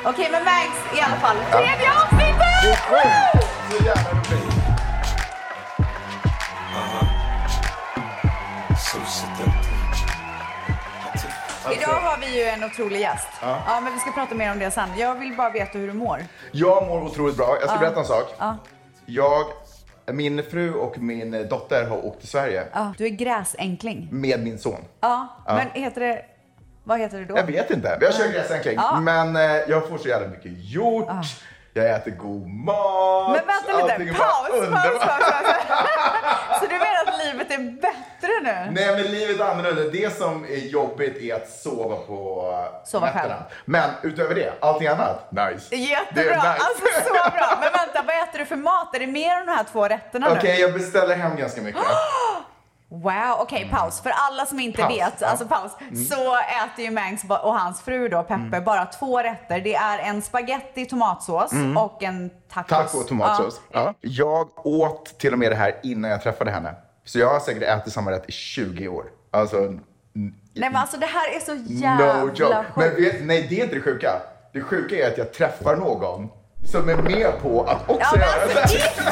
Okej, men Mangs i alla fall. Tredje avsnittet! Så jävla roligt. Idag har vi ju en otrolig gäst. Ja, men vi ska prata mer om det sen. Jag vill bara veta hur du mår. Jag mår otroligt bra. Jag ska berätta en sak. Min fru och min dotter har åkt till Sverige. Du är gräsänkling. Med min son. Men vad heter det då? Jag vet inte. Jag kör gräsänkling. Men jag får så jävla mycket gjort. Jag äter god mat. Men vänta lite, paus. Så du menar att livet är bättre nu? Nej, men livet är annorlunda. Det som är jobbigt är att sova på Sova själv. Men utöver det, allting annat, nice. Jättebra, Det är nice. alltså så bra. Men vänta, vad äter du för mat? Är det mer än de här 2 rätterna nu? Okej, jag beställer hem ganska mycket. Wow, okej, paus. För alla som inte vet, alltså paus, så äter ju Mangs och hans fru då, Peppe, bara 2 rätter. Det är en spaghetti tomatsås och en tacos. Taco och tomatsås. Ja. Jag åt till och med det här innan jag träffade henne. Så jag har säkert ätit samma rätt i 20 år. Alltså... Nej, men alltså det här är så jävla sjukt. Men nej, det är inte det sjuka. Det sjuka är att jag träffar någon som är med på att också göra det.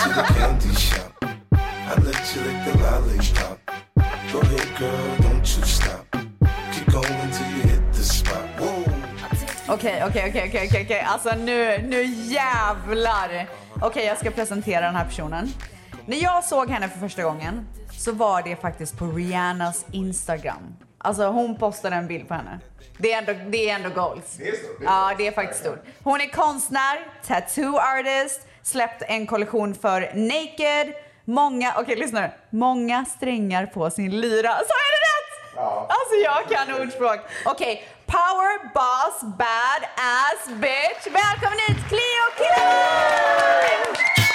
Okej. Alltså nu jävlar. Okej, jag ska presentera den här personen. När jag såg henne för första gången så var det faktiskt på Rihannas Instagram. Alltså hon postade en bild på henne. Det är ändå goals. Det är stort. Ja, det är faktiskt stort. Hon är konstnär, tattoo artist, släppt en kollektion för Naked. Många strängar på sin lyra. Så är det rätt? Ja. Alltså jag kan ordspråk. Okej, power boss bad ass bitch. Välkommen hit, Cleo Killer!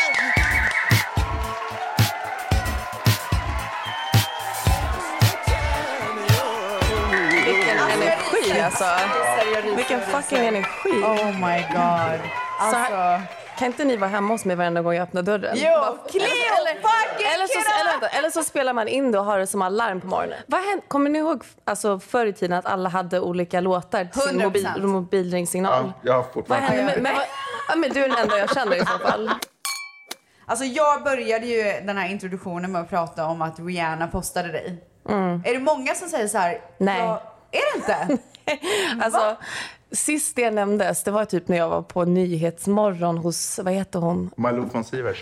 Vilken energi alltså. Vilken fucking energi. Oh my god. Alltså... Kan inte ni vara hemma hos mig varenda gång jag öppnar dörren? Jo, Cleo fucking eller så spelar man in det och har det som alarm på morgonen. Vad hände? Kommer ni ihåg alltså, förr i tiden att alla hade olika låtar till sin 100%. mobilringssignal? Ja, jag har Vad fortfarande... hände? Men du är den enda jag känner i så fall. Alltså jag började ju den här introduktionen med att prata om att Rihanna postade dig. Är det många som säger så här? Nej. Är det inte? Alltså, sist det nämndes, det var typ när jag var på Nyhetsmorgon hos, vad heter hon? Malou von Sivers.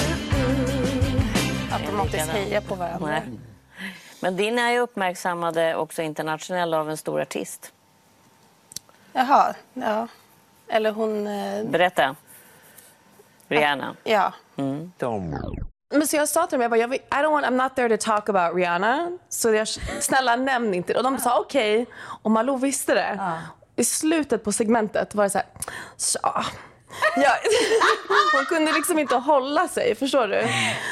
Automatiskt heja på varandra. Nej. Men dina är uppmärksammade också internationellt av en stor artist. Jaha, ja. Eller hon... Berätta. Rihanna. Ja. Men så jag sa till dem, I'm not there to talk about Rihanna. Så snälla nämn inte det. Och de sa okej. Och Malou visste det. I slutet på segmentet var det så här... Ja. Hon kunde liksom inte hålla sig, förstår du?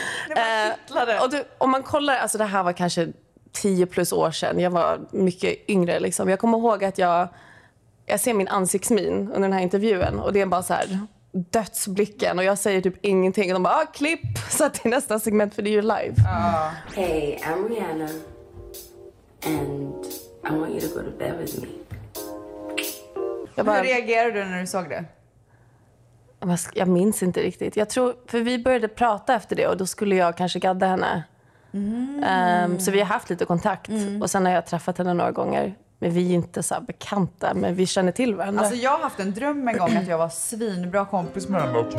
Om man kollar, alltså det här var kanske 10+ år sedan. Jag var mycket yngre liksom. Jag kommer ihåg att jag ser min ansiktsmin under den här intervjun. Och det är bara så här... dödsblicken och jag säger typ ingenting och de bara klipp så att det är nästa segment för det är ju live. Hey, I'm Rihanna and I want you to go to bed with me. Hur reagerade du när du såg det? Jag minns inte riktigt. Jag tror, för vi började prata efter det och då skulle jag kanske gadda henne. Så vi har haft lite kontakt och sen har jag träffat henne några gånger. Men vi är inte så här bekanta, men vi känner till varandra. Alltså jag har haft en dröm en gång att jag var svinbra kompis med henne.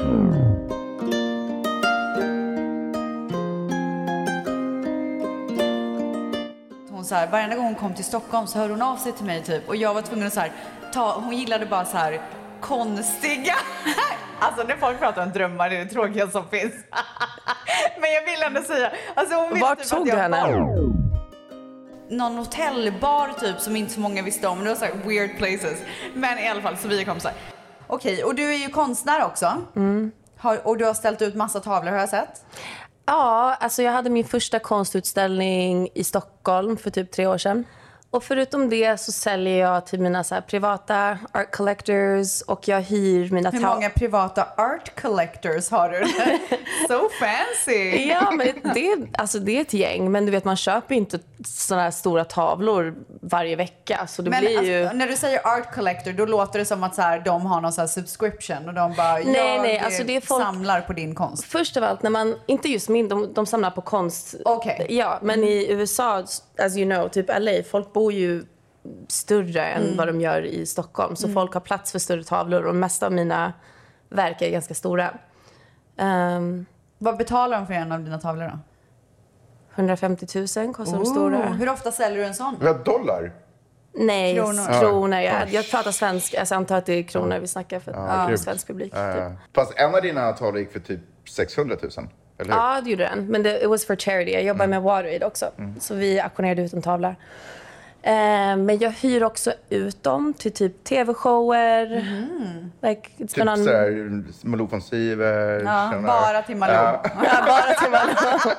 Hon så här, varenda gång hon kom till Stockholm så hörde hon av sig till mig typ. Och jag var tvungen att så här, hon gillade bara så här konstiga... Alltså när folk pratar om drömmar, det är det tråkiga som finns. Men jag vill ändå säga... Alltså, hon vart typ såg du henne? Någon hotellbar typ som inte så många visste om. Det var så här weird places. Men i alla fall, så vi kom så här. Okej, och du är ju konstnär också. Och du har ställt ut massa tavlor, har jag sett. Ja, alltså jag hade min första konstutställning i Stockholm för typ 3 år sedan. Och förutom det så säljer jag till mina så här privata art collectors och jag hyr mina... Hur många privata art collectors har du? So fancy! Ja, men det är ett gäng. Men du vet, man köper inte såna här stora tavlor varje vecka. Så det blir ju... När du säger art collector, då låter det som att så här, de har någon så här subscription och de bara, nej, alltså det är folk... samlar på din konst. Först av allt, när man, inte just de samlar på konst. Okej. Ja, men i USA, as you know, typ LA, folk bor ju större än vad de gör i Stockholm. Så folk har plats för större tavlor och mesta av mina verk är ganska stora. Vad betalar de för en av dina tavlor då? 150 000 kostar de stora. Hur ofta säljer du en sån? $dollar? Nej, Kronor. kronor. Jag pratar svenska, alltså jag antar att det är kronor vi snackar för svensk publik. Typ. Fast en av dina tavlor gick för typ 600 000, eller hur? Ja, det gjorde den. Men it was for charity. Jag jobbar med WaterAid också. Så vi auktionerade ut en tavla. Men jag hyr också ut dem till typ tv-shower. Like, Typ såhär Malou von Sivers. Bara till Malou. Ja, bara till Malou.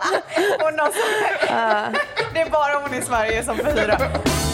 Det är bara hon i Sverige som får hyra.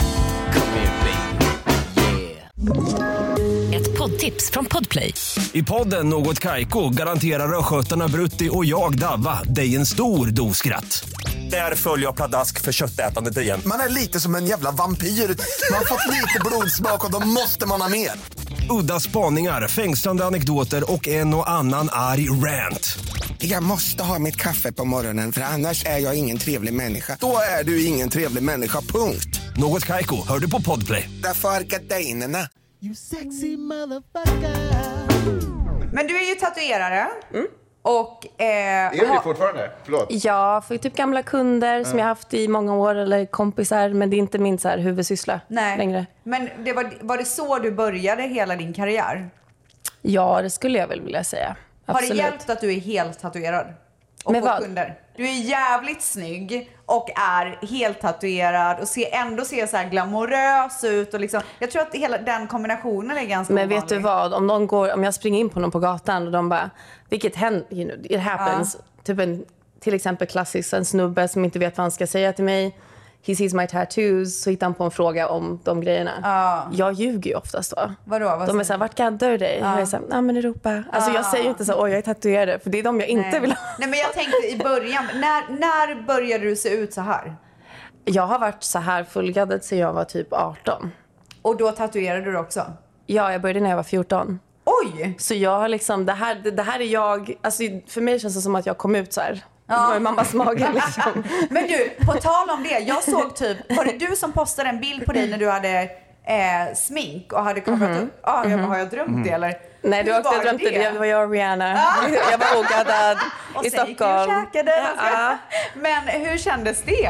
Ett poddtips från Podplay. I podden Något Kaiko garanterar skötarna Brutti och jag Davva dig en stor doskratt. Där följer jag pladask för köttätandet igen. Man är lite som en jävla vampyr. Man har fått lite blodsmak och då måste man ha mer. Udda spaningar, fängslande anekdoter och en och annan arg rant. Jag måste ha mitt kaffe på morgonen för annars är jag ingen trevlig människa. Då är du ingen trevlig människa, punkt. Något Kaiko, hör du på Podplay. Därför är gardinerna. You sexy motherfucker. Men du är ju tatuerare. Och, är det fortfarande? Förlåt. Ja, för typ gamla kunder som jag haft i många år eller kompisar, men det är inte min så här huvudsyssla längre. Men var det så du började hela din karriär? Ja, det skulle jag väl vilja säga. Absolut. Har det hjälpt att du är helt tatuerad? Och med vad? Kunder? Du är jävligt snygg och är helt tatuerad och ändå ser så här glamorös ut och liksom, jag tror att hela den kombinationen är ganska Men ovanlig. vet du vad, om jag springer in på någon på gatan och de bara, vilket händer, it happens. Typ till exempel klassiskt, en snubbe som inte vet vad han ska säga till mig. He sees my tattoos, så hittar han på en fråga om de grejerna. Jag ljuger ju oftast då. Vadå? De är såhär, vart gaddar du dig? Jag är såhär, men Europa. Alltså jag säger inte så, oj jag är tatuerad, för det är de jag inte vill ha. Nej, men jag tänkte i början, när började du se ut så här? Jag har varit så här fullgaddad sedan jag var typ 18. Och då tatuerade du också? Ja, jag började när jag var 14. Oj! Så jag har liksom, det här är jag, alltså för mig känns det som att jag kom ut så här. Det var i mammas mage liksom. Men du, på tal om det, jag såg typ, var det du som postade en bild på dig när du hade smink och hade kamerat upp? Har jag drömt det eller? Nej, du har också drömt det. Det var jag och Rihanna. Jag var ogaddad i Stockholm. Och käkade. Men hur kändes det?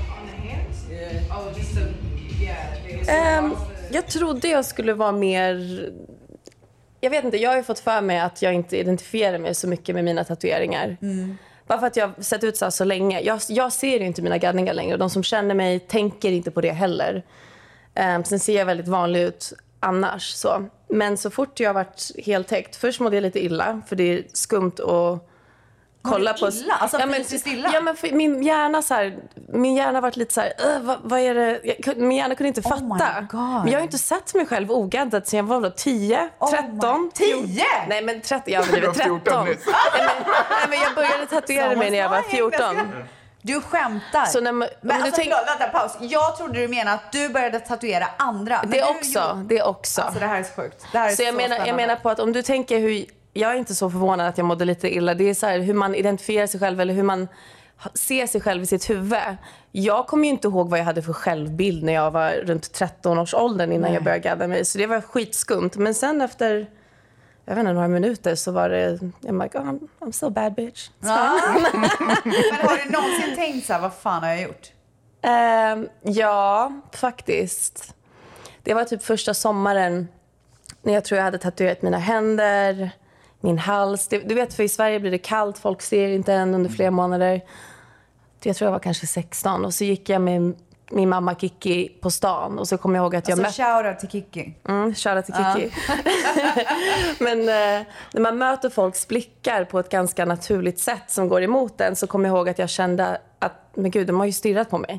Jag trodde jag skulle vara mer... Jag vet inte, jag har ju fått för mig att jag inte identifierar mig så mycket med mina tatueringar. Bara för att jag har sett ut så länge. Jag ser ju inte mina gaddningar längre. De som känner mig tänker inte på det heller. Sen ser jag väldigt vanlig ut annars. Så. Men så fort jag har varit heltäckt. Först mådde jag lite illa. För det är skumt att kolla på. Illa? Alltså fysiskt illa? Ja, men min hjärna varit lite så här, vad är det? Min hjärna kunde inte fatta. Men jag har ju inte sett mig själv ogaddad sen jag var 10, 13. 10? Nej, men 30, jag har blivit 13. Nej, men jag började tatuera mig när jag var 14. Du skämtar. Så men alltså, vänta, paus. Jag trodde du menade att du började tatuera andra. Det också. Alltså det här är så sjukt. Det här är så jag menar på att om du tänker hur... Jag är inte så förvånad att jag mådde lite illa. Det är så här hur man identifierar sig själv eller hur man ser sig själv i sitt huvud. Jag kommer ju inte ihåg vad jag hade för självbild när jag var runt 13 års åldern innan jag började gadda mig. Så det var skitskumt. Men sen efter, jag vet inte, några minuter så var det, I'm like, I'm so bad bitch. Men har du någonsin tänkt så här, vad fan har jag gjort? Ja, faktiskt. Det var typ första sommaren när jag tror jag hade tatuerat mina händer, min hals. Du vet, för i Sverige blir det kallt. Folk ser inte än under flera månader. Jag tror jag var kanske 16. Och så gick jag med min mamma Kiki på stan. Och så kom jag ihåg att jag mötte... shoutout till Kiki. Shoutout till Kiki. Men när man möter folks blickar på ett ganska naturligt sätt som går emot en, så kommer jag ihåg att jag kände att, men gud, de har ju stirrat på mig.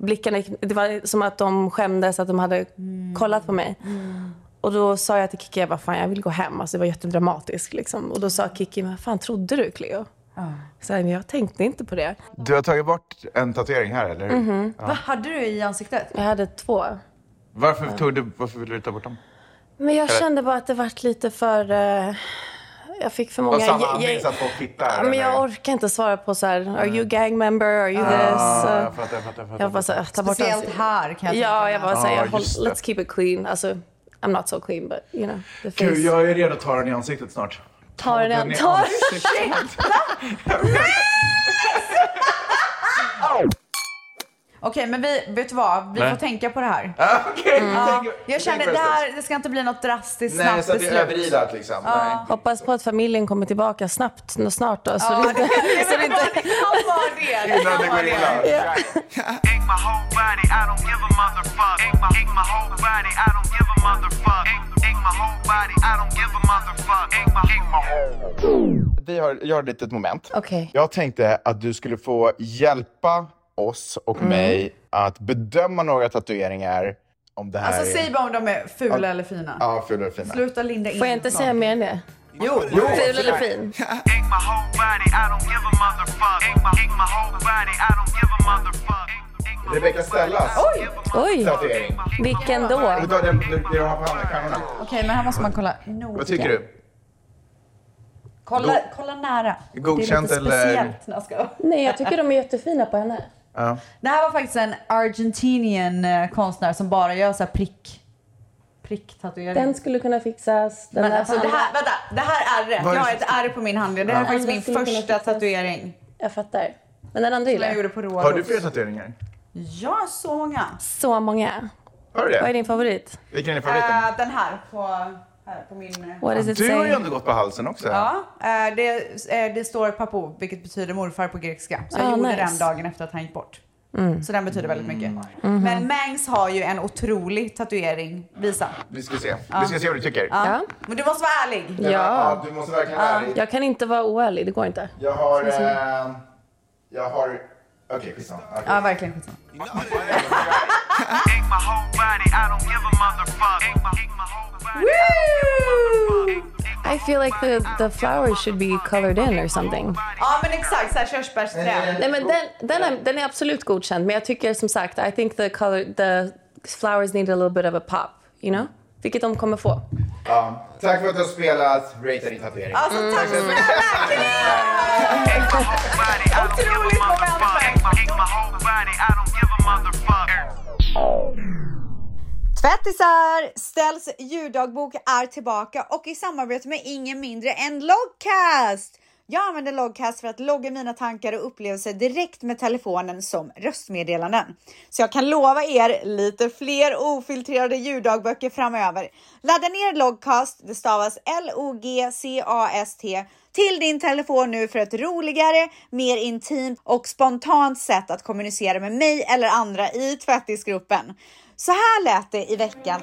blickarna, det var som att de skämdes att de hade kollat på mig. Och då sa jag till Kiki, jag vill gå hem. Alltså det var jättedramatiskt liksom. Och då sa Kiki, vad fan trodde du, Cleo? Så jag tänkte inte på det. Du har tagit bort en tatuering här, eller hur? Vad hade du i ansiktet? Jag hade 2. Varför ville du ta bort dem? Men jag kände bara att det var lite för... jag fick för många... Och samma anledning så att folk tittar? Men jag orkar inte svara på så här, are you gang member, are you this? Jag fattar. Jag bara så här, ta bort speciellt här kan jag Ja, jag bara säger, just det. let's keep it clean. Alltså, I'm not so clean, but you know. Gud, jag är redo att ta den i ansiktet snart. Ta den i ansiktet. Okej, men vet du vad? Vi får tänka på det här. Jag känner det ska inte bli något drastiskt snabbt beslut. Nej, så att det är överilat liksom. Nej. Hoppas på att familjen kommer tillbaka snart då. Så det inte... Innan det går illa. Jag har ett litet moment. Okej. Jag tänkte att du skulle få hjälpa oss och mig att bedöma några tatueringar om det här. Alltså säg bara om de är fula eller fina. Ja, fula eller fina. Sluta linda in. Får jag inte säga mer än det? Jo. Ful eller fin? Rebecca Stellas. Oj, tatuering. vilken då? Du tar den du har på handen. Okej, men här måste man kolla noga. Vad tycker du? Kolla nära. Godkänt det är lite speciellt när jag ska... Nej, jag tycker de är jättefina på henne. Ja. Det här var faktiskt en Argentinian konstnär som bara gör så här prick-tatuering. Den skulle kunna fixas. Den Men där alltså på det handen. här, vänta, det här är rätt. Jag har ett ärr på min hand. Det här är faktiskt min Andra skulle kunna första fixas. tatuering. Jag fattar. Men den andra Som gillar jag jag. gjorde på Roa. Har du fler tatueringar? Ja, så många. Så många. Har du Vad är det? din favorit? Vilken är favoriten? Den här på min... What does it Du har ju say? ändå gått på halsen också. Ja, det står papo, vilket betyder morfar på grekiska. Så jag gjorde nice. den dagen efter att han gick bort. Så den betyder väldigt mycket. Men Mangs har ju en otrolig tatuering. Visa. Vi ska se. Vi ska se vad du tycker. Ja. Men du måste vara ärlig. Ja. Du måste verkligen vara ärlig. Jag kan inte vara oärlig, det går inte. Jag har... Okej, skitsamma. Okay. Ja, verkligen skitsamma. I feel like the flowers should be colored in or something. Ja, men exakt. Så här körsbärsträ. Nej, men den är absolut godkänd. Men jag tycker som sagt, I think the flowers need a little bit of a pop, you know? Vilket de kommer få. Ja. Tack för att du har spelat Rate din tatuering. Alltså, tack så mycket. Otroligt Tvättisar! Stells ljuddagbok är tillbaka och i samarbete med ingen mindre än Logcast. Jag använder Logcast för att logga mina tankar och upplevelser direkt med telefonen som röstmeddelanden. Så jag kan lova er lite fler ofiltrerade ljuddagböcker framöver. Ladda ner Logcast, det stavas Logcast, till din telefon nu för ett roligare, mer intimt och spontant sätt att kommunicera med mig eller andra i tvättisgruppen. Så här lät det i veckan.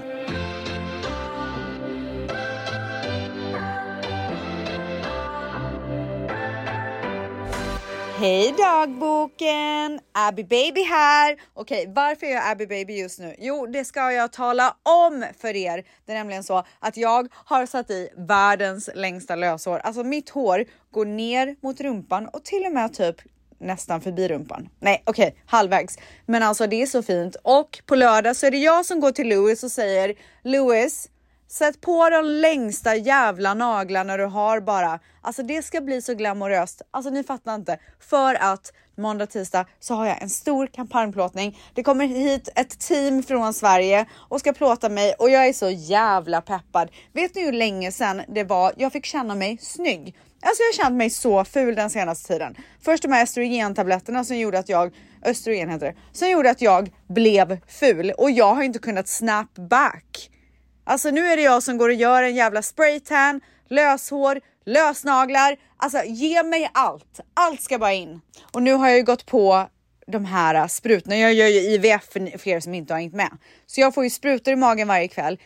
Hej dagboken! Abby Baby här. Okej, varför är jag Abby Baby just nu? Jo, det ska jag tala om för er. Det är nämligen så att jag har satt i världens längsta löshår. Alltså mitt hår går ner mot rumpan och till och med typ nästan förbi rumpan. Nej, okej, halvvägs. Men alltså det är så fint. Och på lördag så är det jag som går till Louis och säger: Louis, sätt på de längsta jävla naglarna du har bara. Alltså det ska bli så glamoröst. Alltså ni fattar inte. För att måndag, tisdag så har jag en stor kampanjplåtning. Det kommer hit ett team från Sverige och ska plåta mig. Och jag är så jävla peppad. Vet ni hur länge sedan det var jag fick känna mig snygg? Alltså jag har känt mig så ful den senaste tiden. Först de här östrogentabletterna som gjorde att östrogen heter det. Som gjorde att jag blev ful. Och jag har inte kunnat snap back. Alltså nu är det jag som går och gör en jävla spraytan, löshår, lösnaglar. Alltså ge mig allt. Allt ska bara in. Och nu har jag ju gått på de här sprutorna. Jag gör ju IVF för er som inte har hängt med. Så jag får ju sprutor i magen varje kväll.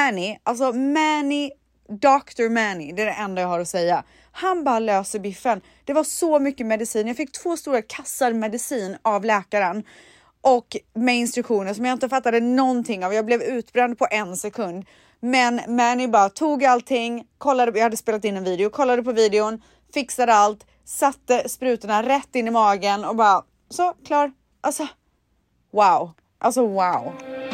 Dr. Manny, det är det enda jag har att säga. Han bara löser biffen. Det var så mycket medicin. Jag fick 2 stora kassar medicin av läkaren. och med instruktioner som jag inte fattade någonting av. Jag blev utbränd på 1 sekund. Men Manny bara tog allting, kollade, jag hade spelat in en video, kollade på videon, fixade allt, satte sprutorna rätt in i magen och bara, så, klar. Alltså, wow. Alltså, wow.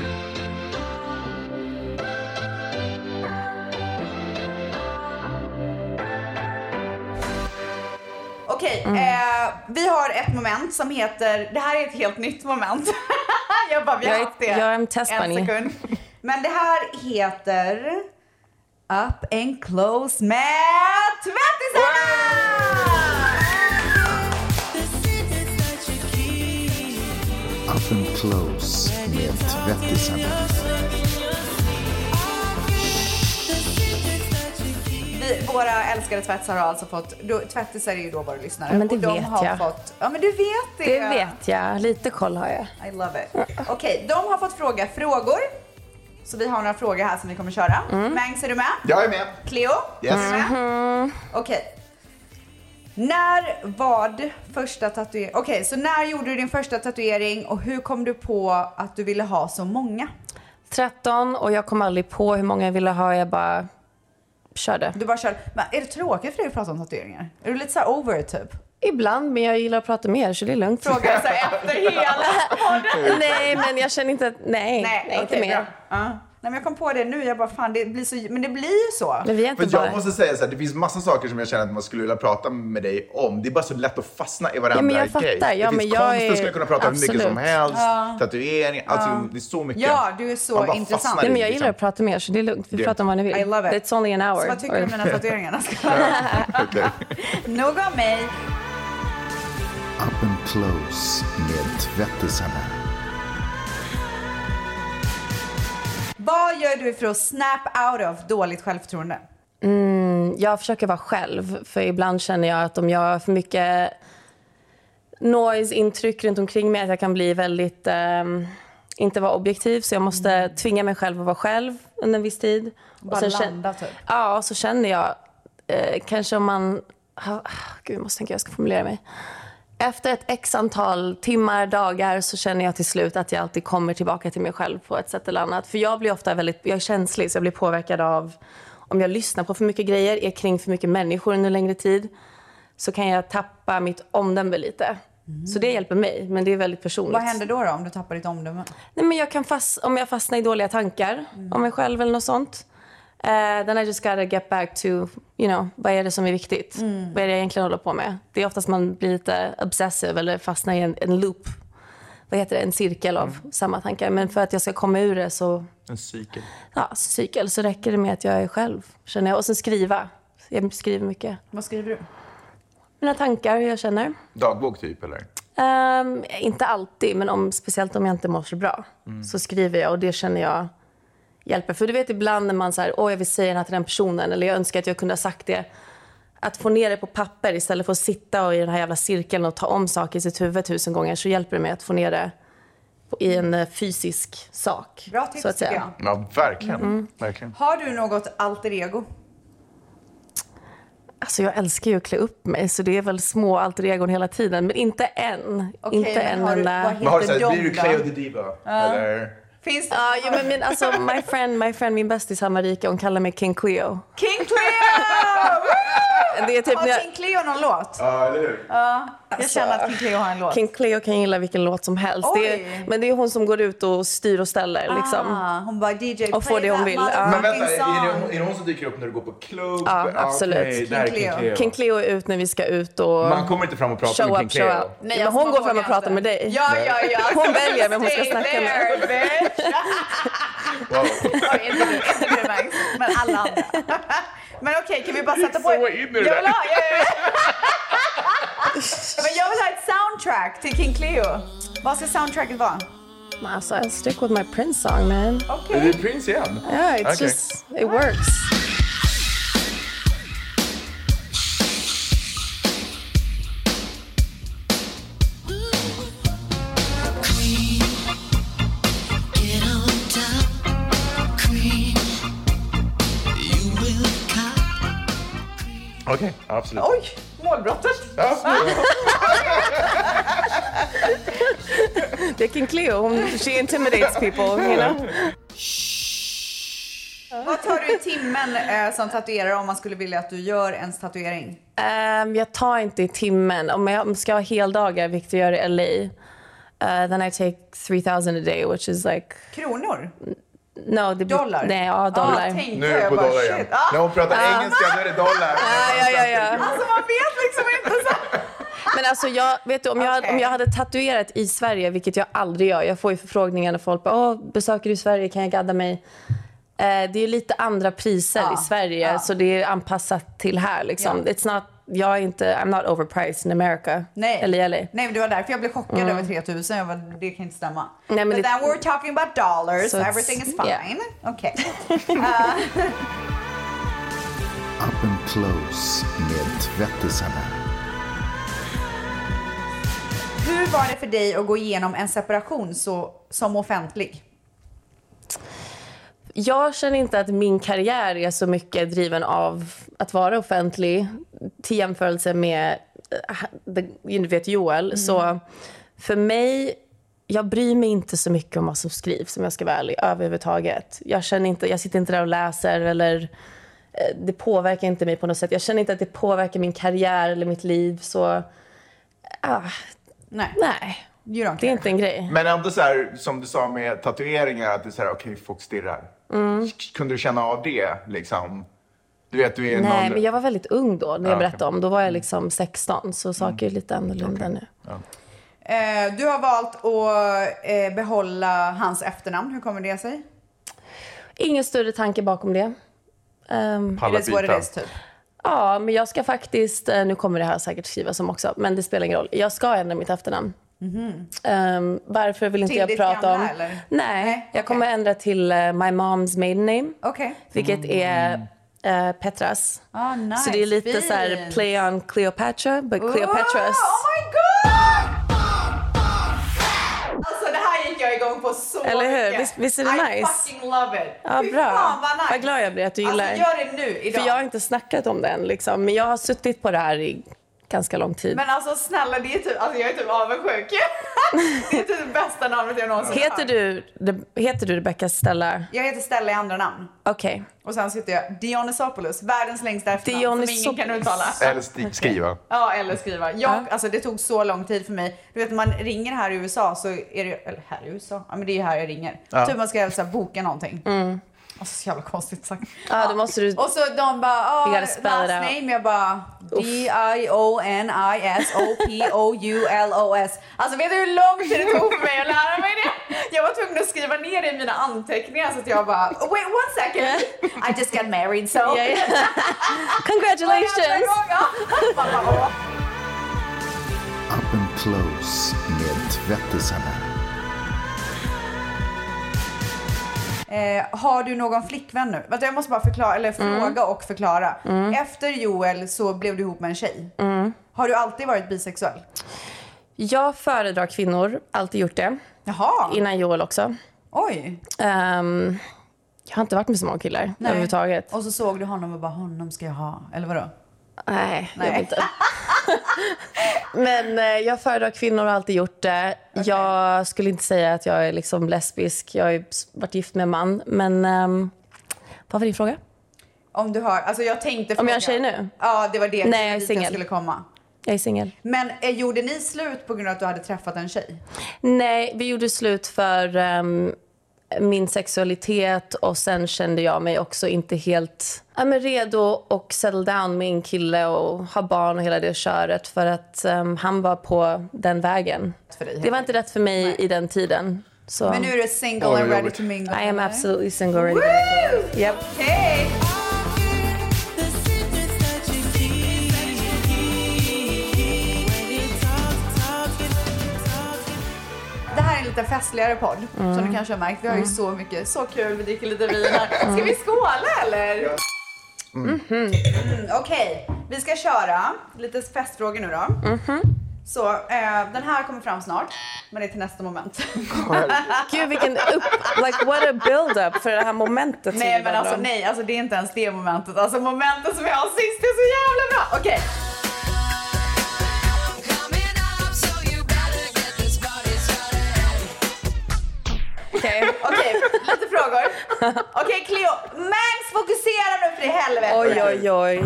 Okej, vi har ett moment som heter, det här är ett helt nytt moment. Vi har haft det en sekund. Men det här heter Up and Close med tvättisarna! Up and Close med tvättisarna. Våra älskade tvättisar har alltså fått, tvättisar är ju då våra lyssnare. Men det och de vet har jag. Fått, ja men du vet det. Det vet jag, lite koll har jag. I love it. Okej, de har fått frågor. Så vi har några frågor här som vi kommer köra. Mangs, är du med? Jag är med. Cleo? Yes. Är du med? Okej. När var första tatuering? Okej, så när gjorde du din första tatuering och hur kom du på att du ville ha så många? 13 och jag kom aldrig på hur många jag ville ha, jag bara körde. Du bara körde. Men är det tråkigt för dig att prata om tatueringar? Är du lite så här over typ? Ibland, men jag gillar att prata mer så det är lugnt. Frågar så här efter hela. Nej, men jag känner inte att, nej inte mer. Nej, men jag kom på det nu, jag bara fan det blir så, men det blir ju så. Men vi är inte För jag måste säga så här, det finns massa saker som jag känner att man skulle vilja prata med dig om. Det är bara så lätt att fastna i varandra. Ja, men jag fattar. Det Ja, finns men konst, jag du skulle kunna prata om hur mycket som helst. Tatuering, alltså det är så mycket. Ja, du är så intressant. Nej, men jag gillar att prata mer så det är lugnt. Vi pratar om vad ni vill. I love it. It's only an hour. Så vad tycker du om mina tatueringar? Nog om mig. Up and Close med tvättisarna. Vad gör du för att snap out of dåligt självförtroende? Jag försöker vara själv. För ibland känner jag att om jag har för mycket noise-intryck runt omkring mig att jag kan bli väldigt, inte vara objektiv. Så jag måste tvinga mig själv att vara själv under en viss tid. Bara och sen landa typ. Ja, och så känner jag kanske om man... Gud, jag måste tänka jag ska formulera mig. Efter ett x antal timmar, dagar så känner jag till slut att jag alltid kommer tillbaka till mig själv på ett sätt eller annat. För jag blir ofta jag är känslig så jag blir påverkad av om jag lyssnar på för mycket grejer, är kring för mycket människor under längre tid så kan jag tappa mitt omdöme lite. Så det hjälper mig, men det är väldigt personligt. Vad händer då om du tappar ditt omdöme? Nej, men jag kan om jag fastnar i dåliga tankar om mig själv eller något sånt. Then I just gotta get back to, you know, vad är det som är viktigt? Vad är det jag egentligen håller på med? Det är oftast man blir lite obsessive eller fastnar i en loop. Vad heter det? En cirkel av samma tankar. Men för att jag ska komma ur det så... En cykel. Ja, cykel. Så räcker det med att jag är själv, känner jag. Och sen skriva. Jag skriver mycket. Vad skriver du? Mina tankar, hur jag känner. Dagbok typ, eller? Inte alltid, men speciellt om jag inte mår så bra. Så skriver jag och det känner jag hjälper. För du vet ibland när man säger, jag vill säga det här till den personen. Eller jag önskar att jag kunde ha sagt det. Att få ner det på papper istället för att sitta i den här jävla cirkeln och ta om saker i sitt huvud 1000 gånger. Så hjälper det mig att få ner det i en fysisk sak. Bra tips så att säga. tycker jag. Ja, verkligen. Verkligen. Har du något alter ego? Alltså jag älskar ju att klä upp mig. Så det är väl små alter egon hela tiden. Men inte än. Okej, inte men än. vad har du heter sagt, de blir du då? Cleo the Diva? Eller? Finns det? Ja, men alltså my friend, min bästis Marika, hon kallar mig King Cleo. King Cleo! Det är typ Har King Cleo någon låt? Ja, eller hur? Jag känner att King Cleo har en låt. King Cleo kan gilla vilken låt som helst. Men det är hon som går ut och styr och ställer. Liksom. Hon bara DJ och får det hon vill. Men vänta, är det hon som dyker upp när du går på klubb? Ja, absolut. Okay, där är King Cleo. King Cleo är ut när vi ska ut och... Man kommer inte fram och pratar med King Cleo. Nej, men hon går fram och pratar med dig. Ja. Hon väljer vem hon ska snacka med. Wow. Inte du, Max, men alla andra. Men okej, kan vi bara sätta på... Så in i det där. Men jag vill ha ett soundtrack till King Cleo. Vad ska soundtracket vara? Alltså, I'll stick with my Prince song, man. Är det Prince igen? Yeah, it's just... It works. Okej, absolut. Oj, målbrottet. Ja. Vilken Cleo, she intimidates people, you know. Vad tar du i timmen som tatuerare om man skulle vilja att du gör en tatuering? Jag tar inte i timmen. Om jag ska ha heldagar, vilket jag gör i LA, then I take 3,000 a day, which is like... Kronor? No, dollar? Nej, ja, dollar. Nu är det på dollar igen. När hon pratar engelska, då är det dollar. Ja. Alltså man vet liksom inte så. Men alltså, om jag hade tatuerat i Sverige, vilket jag aldrig gör. Jag får ju förfrågningar när folk bara, besöker du Sverige, kan jag gadda mig? Det är ju lite andra priser i Sverige, så det är anpassat till här liksom. It's not, I'm not overpriced in America. Nej. Eller LA. Nej, men det var därför jag blev chockad över 3,000. Det kan inte stämma. Nej, men But then we're talking about dollars, so everything is fine. Yeah. Okay. Up and close med tvättisarna. Hur var det för dig att gå igenom en separation som offentlig? Jag känner inte att min karriär är så mycket driven av att vara offentlig till jämförelse med Joel. Så för mig, jag bryr mig inte så mycket om vad som skrivs, om jag ska vara ärlig, överhuvudtaget. Jag sitter inte där och läser, eller det påverkar inte mig på något sätt. Jag känner inte att det påverkar min karriär eller mitt liv, så nej. Det är inte en grej. Men ändå så här, som du sa med tatueringar, att det är så här, okej, folk stirrar. Kunde du känna av det liksom? Du vet, du är Nej, men jag var väldigt ung då när jag berättade om. Då var jag liksom 16, så saker är lite annorlunda nu. Ja. Du har valt att behålla hans efternamn. Hur kommer det sig? Ingen större tanke bakom det. It is what it is, typ. Ja, men jag ska faktiskt, nu kommer det här säkert skrivas om också, men det spelar ingen roll. Jag ska ändra mitt efternamn. Varför vill inte jag prata om? Eller? Nej, jag kommer ändra till my mom's maiden name. Okay. Vilket är Petras. Nice. Så det är lite så här play on Cleopatra, but Cleopatras. Oh my god! Alltså det här gick jag igång på så eller hur? mycket. Visst är det nice? I fucking love it. Ja, Fy bra. fan vad nice. Vad glad jag blir att du gillar. Alltså gör det nu, idag. För jag har inte snackat om det än liksom. Men jag har suttit på det här i ganska lång tid. Men alltså snälla, det är typ, alltså jag är typ avundsjuk. Det är typ det bästa namnet jag någonsin Heter du Rebecca Stella? Jag heter Stella i andra namn. Okej. Och sen sitter jag Dionysopoulos, världens längsta efternamn som ingen kan uttala. Eller skriva. Ja, eller skriva. Alltså det tog så lång tid för mig. Du vet, när man ringer här i USA så är det, eller här i USA, ja men det är här jag ringer. Typ man ska så här, boka någonting. Alltså så jävla konstigt sagt. Ja, då måste du... Och så de bara, last name. Jag bara, Dionysopoulos. Alltså vet du hur lång tid det tog för mig att lära mig det? Jag var tvungen att skriva ner det i mina anteckningar, så att jag bara, wait one second, I just got married so. Congratulations! Up and close med tvättisarna. Har du någon flickvän nu? Jag måste bara fråga och förklara. Efter Joel så blev du ihop med en tjej. Har du alltid varit bisexuell? Jag föredrar kvinnor, alltid gjort det. Jaha. Innan Joel också. Oj. Jag har inte varit med så många killar överhuvudtaget. Och så såg du honom och bara, honom ska jag ha. Eller vadå? Nej. Jag vet inte. Men jag föredrar kvinnor och har alltid gjort det. Okay. Jag skulle inte säga att jag är liksom lesbisk. Jag har varit gift med en man. Men vad var din fråga? Om du har, alltså jag tänkte fråga. Om jag är en tjej nu? Ja, det var det. Nej, jag är singel. Skulle komma. Jag är singel. Men gjorde ni slut på grund av att du hade träffat en tjej? Nej, vi gjorde slut för min sexualitet, och sen kände jag mig också inte helt redo och settle down med en kille och ha barn och hela det köret, för att han var på den vägen. Det var inte rätt för mig i den tiden. Så. Men nu är du single and ready to mingle. I am absolutely single and ready to mingle. Yep. Okay. Det här är en lite festligare podd, som du kanske har märkt. Vi har ju så mycket, så kul, vi dricker lite vin här. Ska vi skåla eller? Okej, vi ska köra lite festfrågor nu då. Så den här kommer fram snart, men det är till nästa moment. Gud, vilken like what a build-up för det här momentet. Nej, men alltså det är inte ens det momentet. Alltså momentet som vi har sist är så jävla bra. Okej. Okej, lite frågor. Okej, Cleo. Mangs, fokusera nu för i helvete. Oj.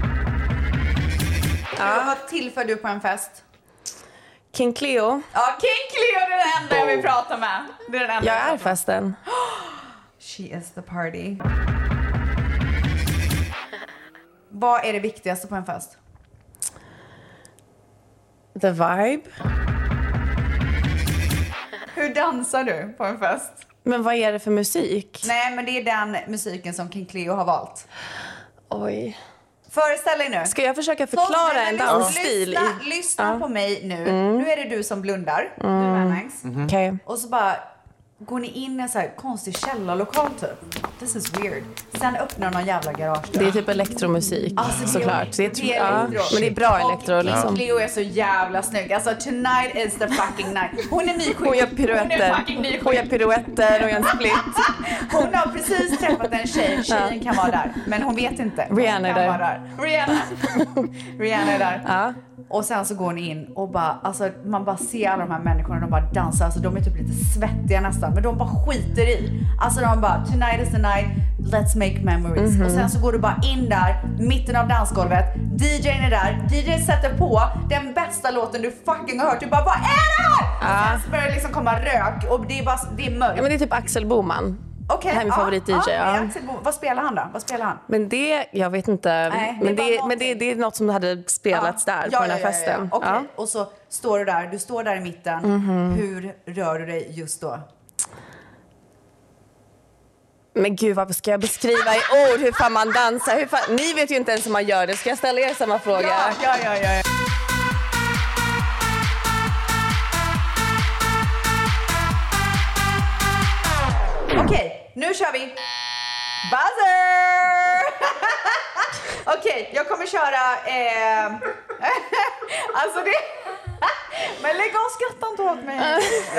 Vad tillför du på en fest? King Cleo. Ja, King Cleo är den enda jag vill prata med. Det är den enda Jag är festen. She is the party. Vad är det viktigaste på en fest? The vibe. Hur dansar du på en fest? Men vad är det för musik? Nej, men det är den musiken som King Cleo har valt. Oj. Föreställ dig nu. Ska jag försöka förklara en dansstil? Lyssna på mig nu. Nu är det du som blundar. Du är Mangs. Okej. Och så bara går ni in i en så här konstig källarlokal typ. This is weird. Sen öppnar någon jävla garage. Det är typ elektromusik, Alltså, såklart. det är elektro. Men det är bra elektro liksom. Cleo är så jävla snygg. Alltså, tonight is the fucking night. Hon är nyskild. Hon gör piruetter och gör en split. Hon har precis träffat en tjej. Tjejen kan vara där. Men hon vet inte. Rihanna är där. Rihanna är där. Ja. Och sen så går ni in och bara, alltså man bara ser alla de här människorna, de bara dansar, alltså de är typ lite svettiga nästan, men de bara skiter i. Alltså de bara, tonight is the night, let's make memories. Och sen så går du bara in där, mitten av dansgolvet, DJn är där, DJn sätter på den bästa låten du fucking har hört, du bara, vad är det här? Sen börjar det liksom komma rök och det är bara, det är mörkt. Ja, men det är typ Axel Boman. Okej, Det här är min favorit-DJ. Vad spelar han då? Vad spelar han? Men det, jag vet inte. Nej, men det det är något som hade spelats där på den här festen. Okej. Ja. Och så står du där, i mitten. Hur rör du dig just då? Men gud, varför ska jag beskriva i ord hur fan man dansar? Ni vet ju inte ens hur man gör det. Ska jag ställa er samma fråga? Ja. Okej, nu kör vi. Buzzer! Okej, jag kommer köra... alltså det... Men lägg av, skratta inte åt mig.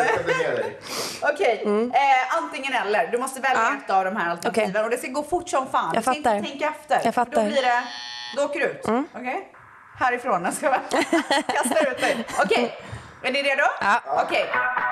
Okej, antingen eller. Du måste välja ett av de här alternativen. Okej. Och det ska gå fort som fan. Jag Du ska fattar. inte tänka efter. Jag fattar. Då blir det... Då åker du ut. Okej? Härifrån. Jag ska bara kasta ut dig. Okej, är ni redo? Ja. Okej.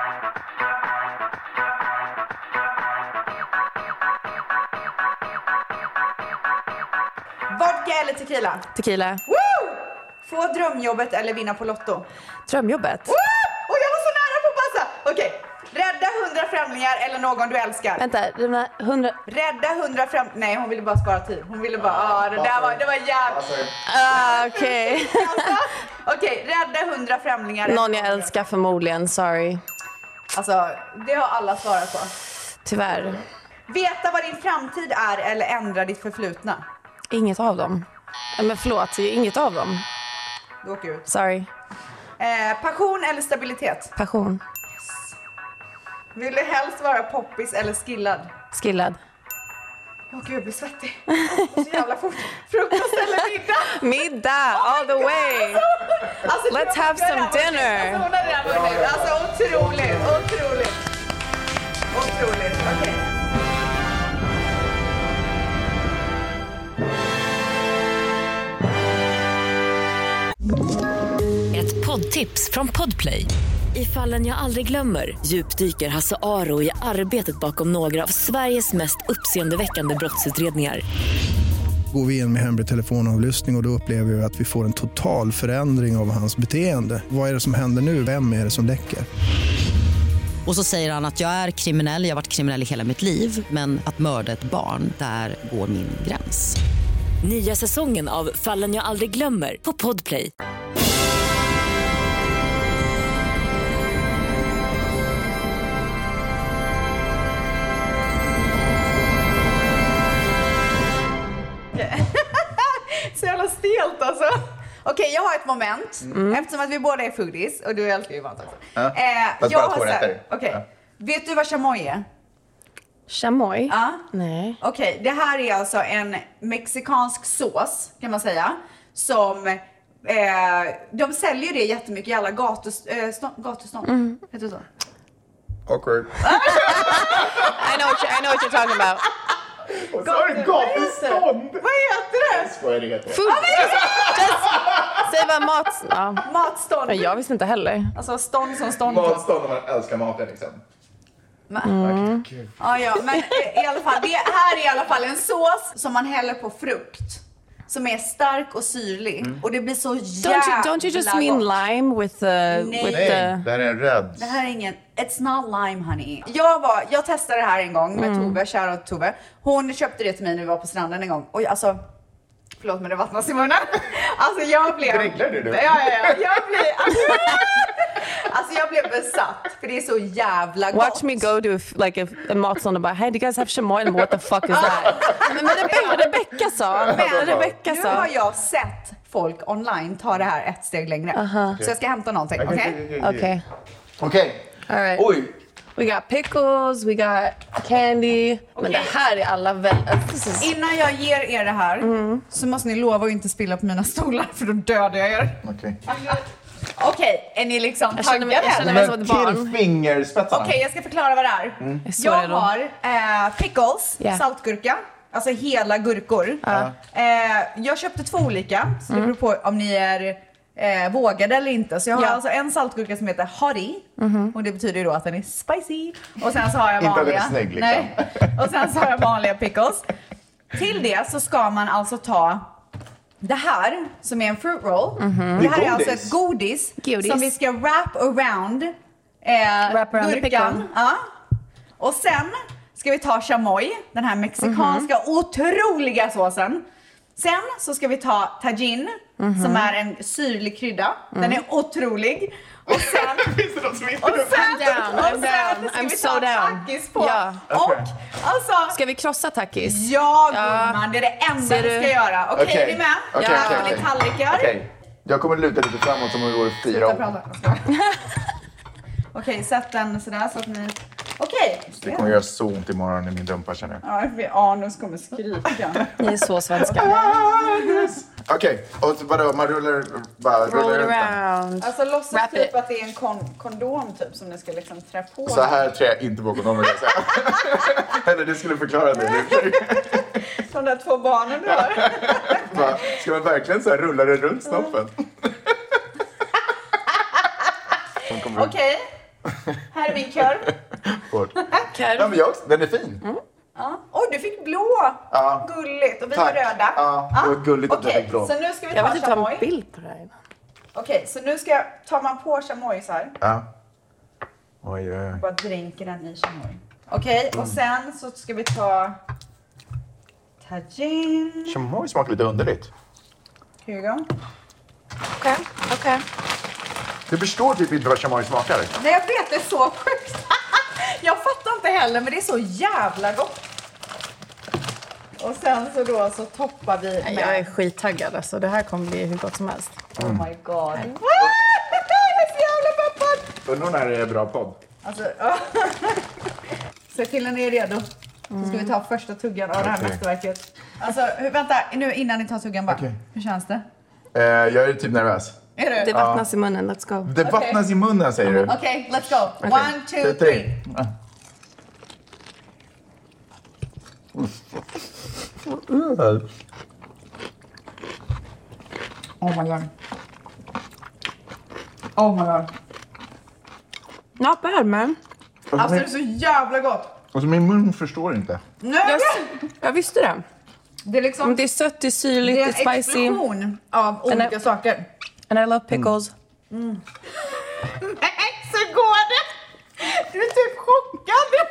Vodka eller tequila? Tequila. Woo! Få drömjobbet eller vinna på Lotto? Drömjobbet. Woo! Och jag var så nära på att passa. Okej. Rädda 100 främlingar eller någon du älskar? Vänta, de här 100... Rädda 100 främlingar. Nej, hon ville bara spara tid. Hon ville bara, det var jävligt. Okej. Okej, rädda 100 främlingar. Någon jag älskar förmodligen, sorry. Alltså, det har alla svarat på. Tyvärr. Veta vad din framtid är eller ändra ditt förflutna? Inget av dem. Men förlåt, inget av dem. Du åker ut. Sorry. Passion eller stabilitet? Passion. Vill du helst vara poppis eller skillad? Skillad. Åh gud, jag blir svettig. Så jävla fort. Frukost eller middag? Middag, all the way. Alltså, Let's have some dinner. Alltså, hon hade redan vunnit. Alltså otroligt. Okej. Ett poddtips från Podplay. I Fallen jag aldrig glömmer djupdyker Hasse Aro i arbetet bakom några av Sveriges mest uppseendeväckande brottsutredningar. Går vi in med hemlig telefonavlyssning och då upplever vi att vi får en total förändring av hans beteende. Vad är det som händer nu? Vem är det som läcker? Och så säger han att jag är kriminell, jag har varit kriminell i hela mitt liv. Men att mörda ett barn, där går min gräns. Nya säsongen av Fallen jag aldrig glömmer på Podplay. Så jävla stelt alltså. Okej, jag har ett moment. Eftersom att vi båda är foodies och du älskar ju mat också. Fast bara 2 rätter. Okej. Vet du vad chamoy är? Chamoy? Ja. Nej. Okej, det här är alltså en mexikansk sås kan man säga. Som de säljer det jättemycket i alla gatustånd. Heter det så? Awkward. I know what you're talking about. Och så har du gatustånd. Vad heter det? Vad är det heter? Food. Säg vad mat... Matstånd. Jag visste inte heller. Alltså stånd som stånd. Matstånd om man älskar maten liksom. Ja, men i alla fall, det här är i alla fall en sås som man häller på frukt. Som är stark och syrlig. Och det blir så jävla Don't you just mean lime with the... Nej, det här är en röd. Det här är ingen... It's not lime, honey. Jag testade det här en gång med Tove, shoutout Tove. Hon köpte det till mig när vi var på stranden en gång. Och alltså... Förlåt, men det vattnas i munnen. Alltså jag blev... Dreglar du nu? Ja. Jag blev besatt. För det är så jävla gott. Watch me go to a matsal och bara, hey, do you guys have chamoy? And what the fuck is that? Men Rebecca sa. Nu har jag sett folk online ta det här ett steg längre. Så jag ska hämta någonting, okej? Okej. All right. Oj. We got pickles, we got candy. Men det här är alla Innan jag ger er det här så måste ni lova att inte spilla på mina stolar för då dödar jag er. Okej, är ni liksom taggade? Jag känner mig som ett barn. Kill fingerspetsarna. Okej, jag ska förklara vad det är. Jag har pickles, saltgurka. Alltså hela gurkor. Jag köpte 2 olika. Så det beror på om ni är vågade eller inte. Så jag har alltså en saltgurka som heter hottie. Och det betyder ju då att den är spicy. Och sen så har jag vanliga. Inte snygg, liksom. Nej. Och sen så har jag vanliga pickles. Till det så ska man alltså ta det här som är en fruit roll. Det här är alltså ett godis. Som vi ska wrap around gurkan. Och sen ska vi ta chamoy, den här mexikanska otroliga såsen. Sen så ska vi ta tajin, som är en syrlig krydda. Den är otrolig. Och sen finns det något som inte I'm so down. Tackis på. Ja. Och alltså, ska vi krossa tackis? Ja, gumman, det är det enda vi ska göra. Okej, är ni med? Okej. Tallrikar. Jag kommer luta lite framåt som om det vore 4 år. Okej, sätt den sådär så att ni... Okej. Det kommer göra så ont imorgon i min rumpa, känner jag. Ja, Anus kommer skrika. Ni är så svenska. Okej, och vadå? Man rullar around. Alltså låtsas typ att det är en kondom typ som ni ska liksom trä på. Så här trär jag inte på kondomer, kan jag säga. Eller det skulle förklara det. De där 2 barnen du har. Ska man verkligen så här rulla det runt snoppen? Okej. Här är min korv. Ja, men den är fin. Ja. Oj, du fick blå. Gulligt. Och vi har röda. Ja, det var gulligt att du fick blå. Så nu ska vi jag ta vill ta en bild på det här. Okej, så nu tar man på chamoy så här. Ja. Oj. Bara dränker den i chamoy. Okej, och sen så ska vi ta tajin. Chamoy smakar lite underligt. Here you go. Okej. Du förstår typ inte vad chamoy smakar. Nej, jag vet, det är så sjukt. Jag fattar inte heller, men det är så jävla gott. Och sen så toppar vi med... Jag är skittaggad, alltså. Det här kommer bli hur gott som helst. Oh my god. Jag är så jävla peppad. Undrar när det är bra podd. Alltså, se till när ni är redo. Så ska vi ta första tuggan av det här mästerverket. Alltså, vänta, nu innan ni tar tuggan bara. Hur känns det? Jag är typ nervös. Är du? Det vattnas i munnen, let's go. Det vattnas i munnen, säger du. Okej, let's go. 1, 2, 3. Oh my god. Oh my god. Not bad, man. Alltså det är så jävla gott. Alltså min mun förstår inte. Nej, jag visste det. Det är liksom... Det är sött, det är syrligt, det är spicy. Det är en explosion av olika saker. And I love pickles. Nej, så går det. Du är typ chockad.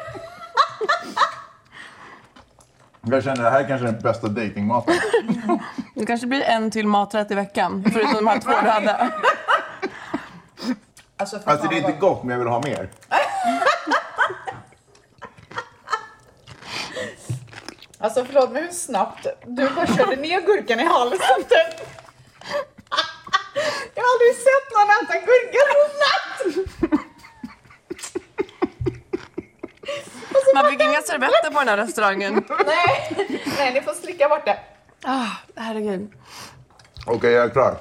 Jag känner det här är kanske den bästa datingmaten. Det kanske blir en till maträtt i veckan, förutom de här 2 du hade. Alltså det är inte gott, men jag vill ha mer. Alltså förlåt, men hur snabbt du bara körde ner gurkan i halsen typ. Jag har aldrig sett någon äta gurka så snabbt. Man fick inga servetter på den här restaurangen. Nej, ni får slicka bort det. Herregud. Okej, jag är klar.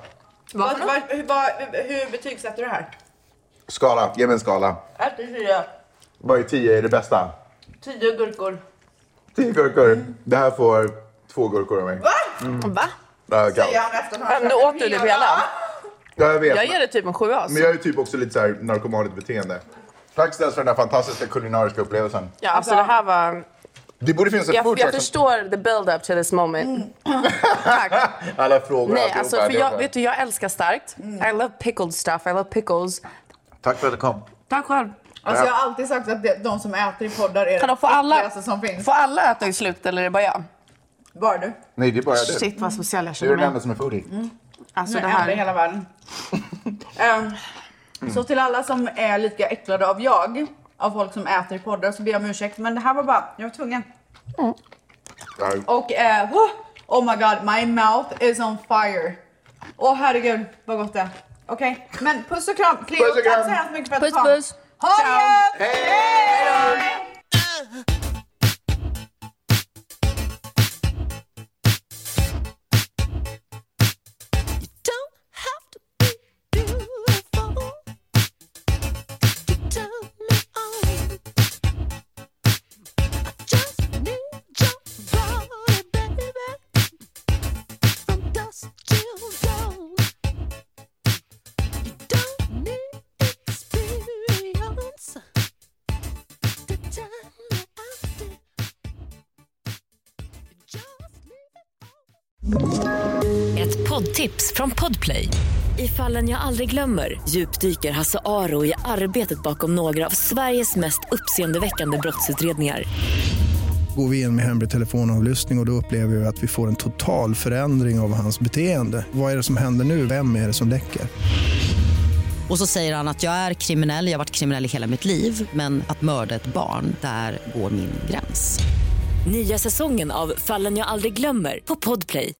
Hur betygsätter du det här? Skala, ge mig en skala. 1-4. Vad är 10 är det bästa? 10 gurkor. 10 gurkor. Det här får 2 gurkor av mig. Va? Ja, Säger han efter att nu åt du det på hela. Ja, jag vet. Jag ger det typ en 7 as. Men jag är typ också lite så här narkomaniskt beteende. Tack Stens för den här fantastiska kulinariska upplevelsen. Ja, alltså det här var... Det borde finnas ett Jag food truck förstår the build-up to this moment. Tack. Alla frågor. Nej, alltså för jag älskar starkt. I love pickled stuff, I love pickles. Tack för att du kom. Tack själv. Alltså jag har alltid sagt att de som äter i poddar är Kan det få alla, äckligaste som finns. får alla äta i slutet eller är det bara jag? Bara du. Nej, det är bara du. Shit vad speciell jag Du är känner den mig. enda som är foodie. Alltså Nu det är enda i här. hela världen. Så till alla som är lika äcklade av folk som äter i poddar, så ber jag om ursäkt. Men det här var bara, jag var tvungen. Och oh my god, my mouth is on fire. Åh herregud, vad gott det är. Okej, men puss och kram. Cleo, Puss och kram. tack så hemskt mycket för att du Puss kom. puss. Ha det! Hej! Ett poddtips från Podplay. I Fallen jag aldrig glömmer djupdyker Hasse Aro i arbetet bakom några av Sveriges mest uppseendeväckande brottsutredningar. Går vi in med hemlig telefonavlyssning och då upplever vi att vi får en total förändring av hans beteende. Vad är det som händer nu? Vem är det som läcker? Och så säger han att jag är kriminell, jag har varit kriminell i hela mitt liv. Men att mörda ett barn, där går min gräns. Nya säsongen av Fallen jag aldrig glömmer på Podplay.